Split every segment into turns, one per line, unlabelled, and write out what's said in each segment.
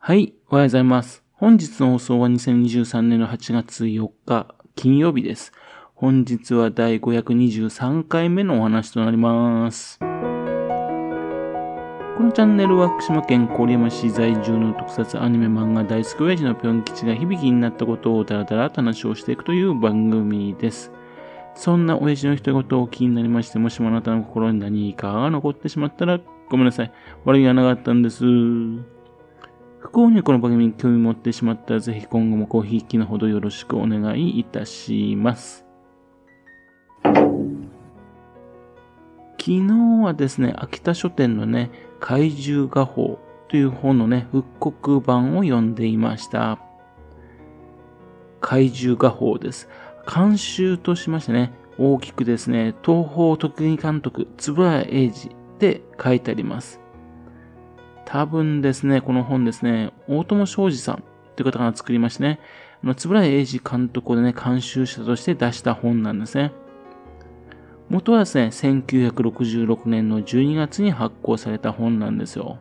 はい、おはようございます。本日の放送は2023年の8月4日、金曜日です。本日は第523回目のお話となります。このチャンネルは福島県郡山市在住の特撮アニメ漫画大好き親父のぴょん吉が響きになったことをダラダラと話をしていくという番組です。そんな親父の一言を気になりまして、もしもあなたの心に何かが残ってしまったらごめんなさい。悪気がなかったんです。不幸にこの番組に興味持ってしまったら、ぜひ今後もごひいきのほどよろしくお願いいたします。昨日はですね、秋田書店のね、怪獣画報という本のね、復刻版を読んでいました。怪獣画報です。監修としましてね、大きくですね、東宝特技監督、円谷英二で書いてあります。多分ですね、この本ですね、大友昌司さんという方が作りましてね、円谷英二監督をね、監修者として出した本なんですね。元はですね、1966年の12月に発行された本なんですよ。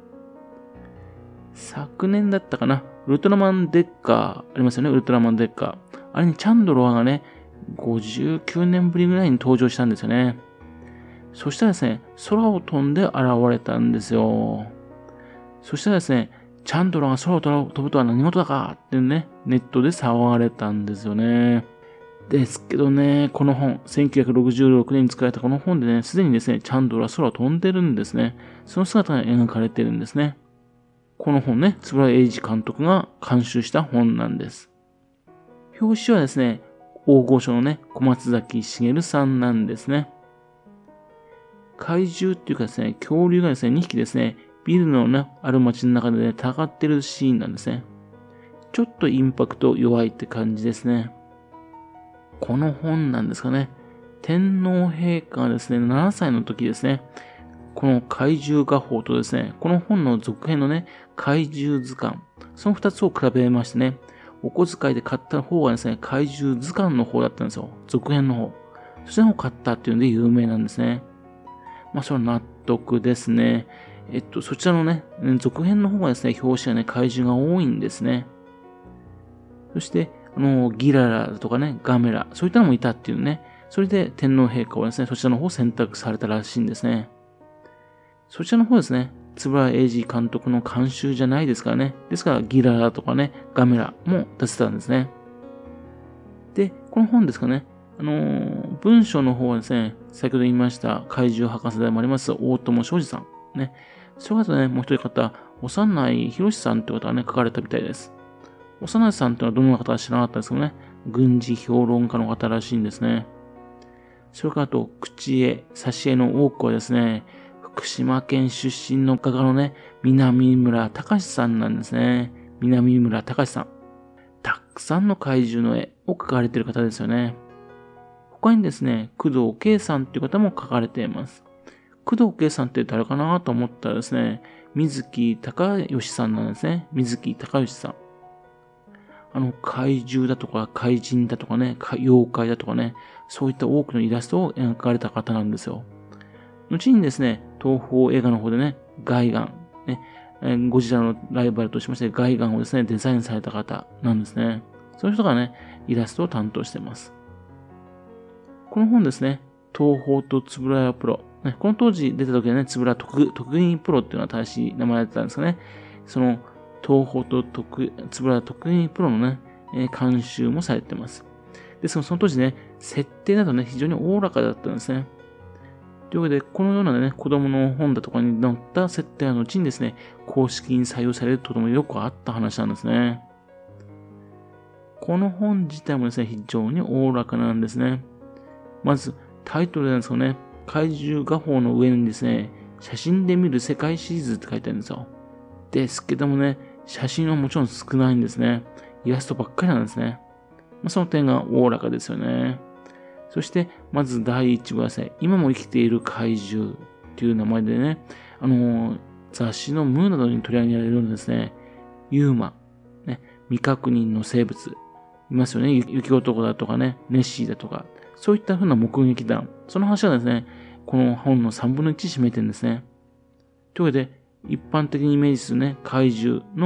昨年だったかな、ウルトラマンデッカー、ありますよね、ウルトラマンデッカー。あれにチャンドロアがね、59年ぶりぐらいに登場したんですよね。そしたらですね、空を飛んで現れたんですよ。そしたらですね、チャンドラが空を飛ぶとは何事だかってね、ネットで騒がれたんですよね。ですけどね、この本、1966年に作られたこの本でね、すでにですね、チャンドラは空を飛んでるんですね。その姿が描かれてるんですね。この本ね、円谷英二監督が監修した本なんです。表紙はですね、大御所のね、小松崎茂さんなんですね。怪獣っていうかですね、恐竜がですね、2匹ですね、ビルのね、ある街の中でね、戦ってるシーンなんですね。ちょっとインパクト弱いって感じですね。この本なんですかね。天皇陛下がですね、7歳の時ですね、この怪獣画報とですね、この本の続編のね、怪獣図鑑、その2つを比べましてね、お小遣いで買った方がですね、怪獣図鑑の方だったんですよ。続編の方。そちらの方を買ったっていうので有名なんですね。まあ、それは納得ですね。そちらのね、続編の方がですね、表紙はね、怪獣が多いんですね。そして、ギララとかね、ガメラ、そういったのもいたっていうね、それで天皇陛下はですね、そちらの方を選択されたらしいんですね。そちらの方ですね、円谷英二監督の監修じゃないですからね。ですから、ギララとかね、ガメラも出せたんですね。で、この本ですかね、文章の方はですね、先ほど言いました怪獣博士でもあります大友昌司さん。ね。それからね、もう一人方、幼い博さんという方がね、書かれたみたいです。幼いさんというのはどのような方か知らなかったんですけどね、軍事評論家の方らしいんですね。それからあと、口絵、挿絵の多くはですね、福島県出身の画家のね、南村隆さんなんですね。南村隆さん。たくさんの怪獣の絵を描かれている方ですよね。他にですね、工藤圭さんという方も描かれています。工藤圭さんって誰かなと思ったらですね、水木隆義さんなんですね。水木隆義さん。怪獣だとか怪人だとかね、妖怪だとかね、そういった多くのイラストを描かれた方なんですよ。後にですね、東宝映画の方でね、ガイガン、ね、ゴジラのライバルとしましてガイガンをですね、デザインされた方なんですね。そういう人がね、イラストを担当しています。この本ですね、東宝とつぶらやプロ。この当時出た時はね、つぶら特技プロっていうのは正しい名前だったんですかね。その、東宝とつぶら特技プロのね、監修もされています。ですが、その当時ね、設定などね、非常におおらかだったんですね。というわけで、このようなね、子供の本だとかに載った設定の後にですね、公式に採用されるとてもよくあった話なんですね。この本自体もですね、非常におおらかなんですね。まず、タイトルなんですよね。怪獣画報の上にですね、写真で見る世界シリーズって書いてあるんですよ。ですけどもね、写真はもちろん少ないんですね。イラストばっかりなんですね。その点がおおらかですよね。そして、まず第1話ですね、今も生きている怪獣という名前でね、雑誌のムーなどに取り上げられるようなですね、ユーマ、ね、未確認の生物、いますよね。雪男だとかね、ネッシーだとか、そういった風な目撃談、その話はですね、この本の3分の1占めてるんですね。というわけで、一般的にイメージするね、怪獣の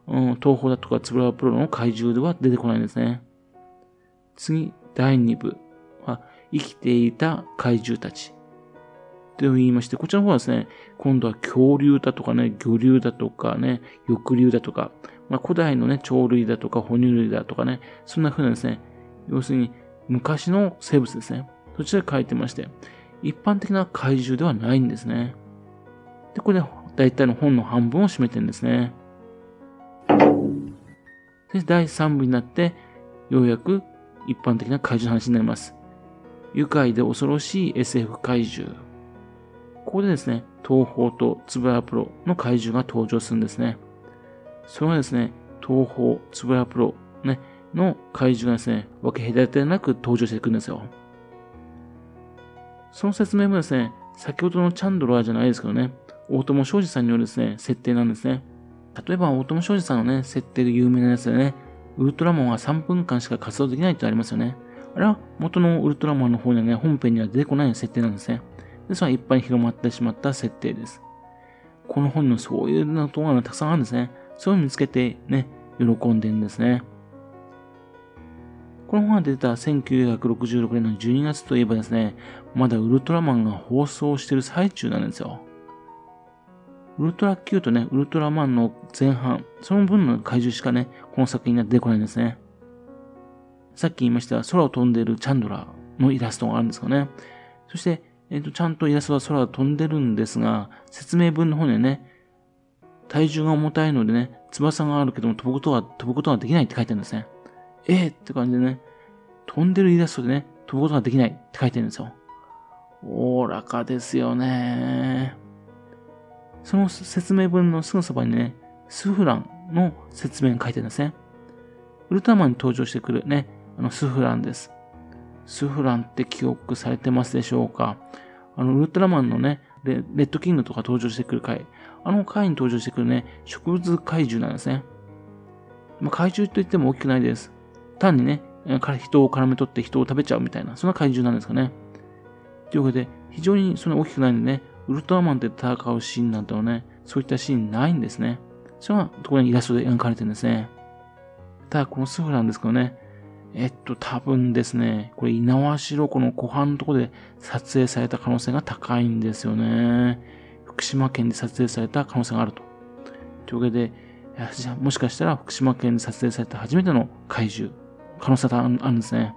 東宝だとかつぶらやプロの怪獣では出てこないんですね。次、第2部は、生きていた怪獣たち。と言いまして、こちらの方はですね、今度は恐竜だとかね、魚竜だとかね、翼竜だとか、古代のね、鳥類だとか哺乳類だとかね、そんな風なですね、要するに昔の生物ですね。そちらで書いてまして、一般的な怪獣ではないんですね。で、これで大体の本の半分を占めてるんですね。で、第3部になって、ようやく一般的な怪獣の話になります。愉快で恐ろしい SF 怪獣。ここでですね、東宝とつぶらやプロの怪獣が登場するんですね。それはですね、東宝、つぶらやプロ、ね、の怪獣がですね、分け隔てなく登場してくるんですよ。その説明もですね、先ほどのチャンドラーじゃないですけどね、大友昌司さんによるですね、設定なんですね。例えば、大友昌司さんのね、設定で有名なやつでね、ウルトラマンは3分間しか活動できないってありますよね。あれは元のウルトラマンの方にはね、本編には出てこない設定なんですね。で、それは一般に広まってしまった設定です。この本にもそういうのところがたくさんあるんですね。そういうのを見つけてね、喜んでるんですね。この本が出た1966年の12月といえばですね、まだウルトラマンが放送している最中なんですよ。ウルトラ Q とね、ウルトラマンの前半、その分の怪獣しかね、この作品には出てこないんですね。さっき言いました空を飛んでいるチャンドラーのイラストがあるんですかね。そして、ちゃんとイラストは空を飛んでるんですが、説明文の方にはね、体重が重たいのでね、翼があるけども飛ぶことができないって書いてあるんですね。って感じでね、飛んでるイラストでね、飛ぶことができないって書いてるんですよ。おおらかですよね。その説明文のすぐそばにね、スフランの説明が書いてるんですね。ウルトラマンに登場してくるね、スフランです。スフランって記憶されてますでしょうか？ウルトラマンのね、レッドキングとか登場してくる回、あの回に登場してくるね、植物怪獣なんですね。怪獣といっても大きくないです。単にね、人を絡め取って人を食べちゃうみたいな、そんな怪獣なんですかね。というわけで、非常にその大きくないんでね、ウルトラマンで戦うシーンなんてのはね、そういったシーンないんですね。それは、ここにイラストで描かれてるんですね。ただ、このスフランですけどね、多分ですね、これ、猪苗代湖の湖畔のところで撮影された可能性が高いんですよね。福島県で撮影された可能性があると。というわけで、もしかしたら福島県で撮影された初めての怪獣、可能性があるんですね。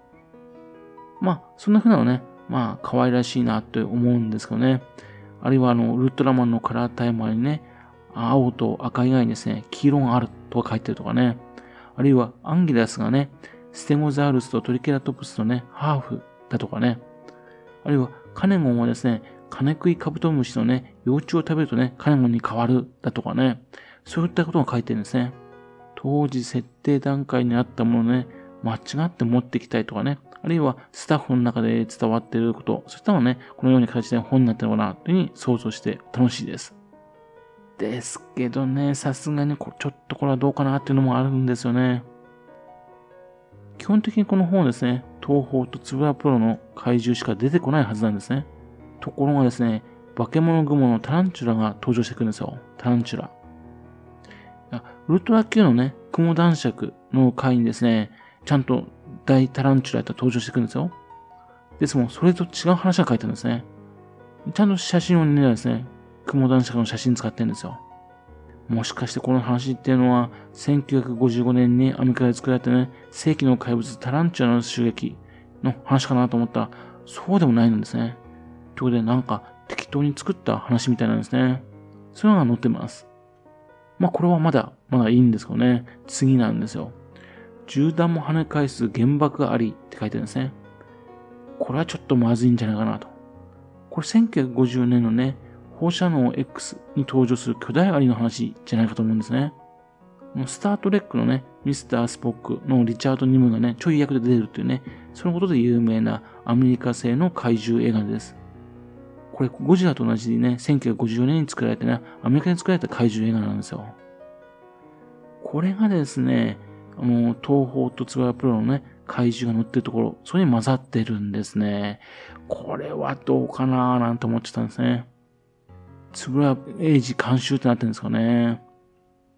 そんな風なのね、可愛らしいなって思うんですけどね。あるいはウルトラマンのカラータイマーにね、青と赤以外にですね、黄色があるとか書いてるとかね。あるいはアンギラスがね、ステゴザウルスとトリケラトプスのね、ハーフだとかね。あるいはカネゴンはですね、カネクイカブトムシのね、幼虫を食べるとね、カネゴンに変わるだとかね。そういったことが書いてるんですね。当時設定段階にあったものをね、間違って持ってきたりとかね。あるいはスタッフの中で伝わっていること、そういったのをね、このような形で本になってるのかなというふうに想像して楽しいです。ですけどね、さすがにちょっとこれはどうかなっていうのもあるんですよね。基本的にこの本はですね、東宝とつぶらプロの怪獣しか出てこないはずなんですね。ところがですね、化け物雲のタランチュラが登場してくるんですよ。タランチュラ。ウルトラ Q のね、雲男爵の回にですね、ちゃんと大タランチュラと登場してくるんですよ。ですもん、それと違う話が書いてあるんですね。ちゃんと写真を見ればですね、雲男爵の写真使ってるんですよ。もしかしてこの話っていうのは、1955年にアメリカで作られたね、世紀の怪物タランチュラの襲撃の話かなと思ったら、そうでもないんですね。ということで、なんか適当に作った話みたいなんですね。そういうのが載ってます。これはまだいいんですけどね。次なんですよ。銃弾も跳ね返す原爆がありって書いてるんですね。これはちょっとまずいんじゃないかなと。これ1950年のね、放射能 X に登場する巨大アリの話じゃないかと思うんですね。スタートレックのね、ミスター・スポックのリチャード・ニムがね、ちょい役で出るっていうね、そのことで有名なアメリカ製の怪獣映画です。これ、ゴジラと同じでね、1954年に作られてね、アメリカで作られた怪獣映画なんですよ。これがですね、東宝とつばやプロのね、怪獣が乗ってるところ、それに混ざってるんですね。これはどうかなーなんて思ってたんですね。つぶらエイジ監修ってなってるんですかね。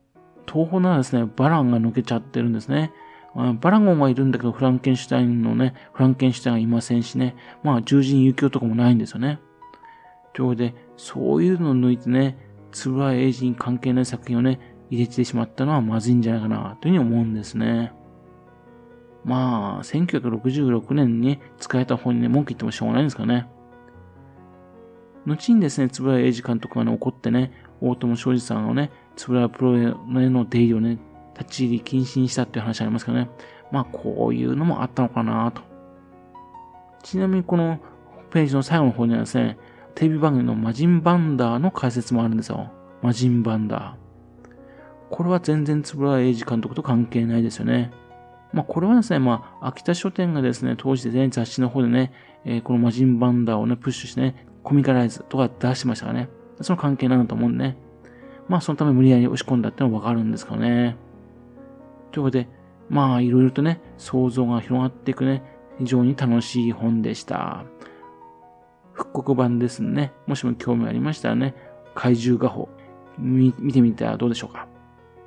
東宝ならですね、バランが抜けちゃってるんですね。バラゴンはいるんだけど、フランケンシュタインがいませんしね。獣人遊興とかもないんですよね。ということで、そういうのを抜いてね、円谷英二に関係ない作品をね、入れてしまったのはまずいんじゃないかな、というふうに思うんですね。1966年に使えた本にね、文句言ってもしょうがないんですからね。後にですね、円谷英二監督がね、怒ってね、大友昌司さんをね、円谷プロへの出入りをね、立ち入り禁止にしたっていう話ありますからね。こういうのもあったのかなと。ちなみにこのページの最後の方にはですね、テレビ番組のマジンバンダーの解説もあるんですよ。マジンバンダー。これは全然円谷英二監督と関係ないですよね。これはですね、秋田書店がですね、当時でね、雑誌の方でね、このマジンバンダーをね、プッシュしてね、コミカライズとか出してましたからね。その関係なんだと思うんでね。そのため無理やり押し込んだってのはわかるんですからね。ということで、いろいろとね、想像が広がっていくね、非常に楽しい本でした。復刻版ですね。もしも興味ありましたらね、怪獣画法、見てみてはどうでしょうか。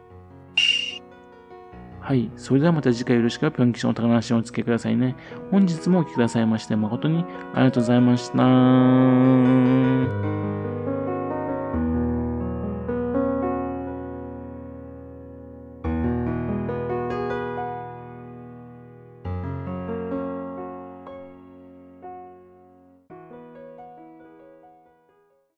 はい。それではまた次回よろしくぴょん吉のお宝話をお付けくださいね。本日もお聞きくださいまして誠にありがとうございました。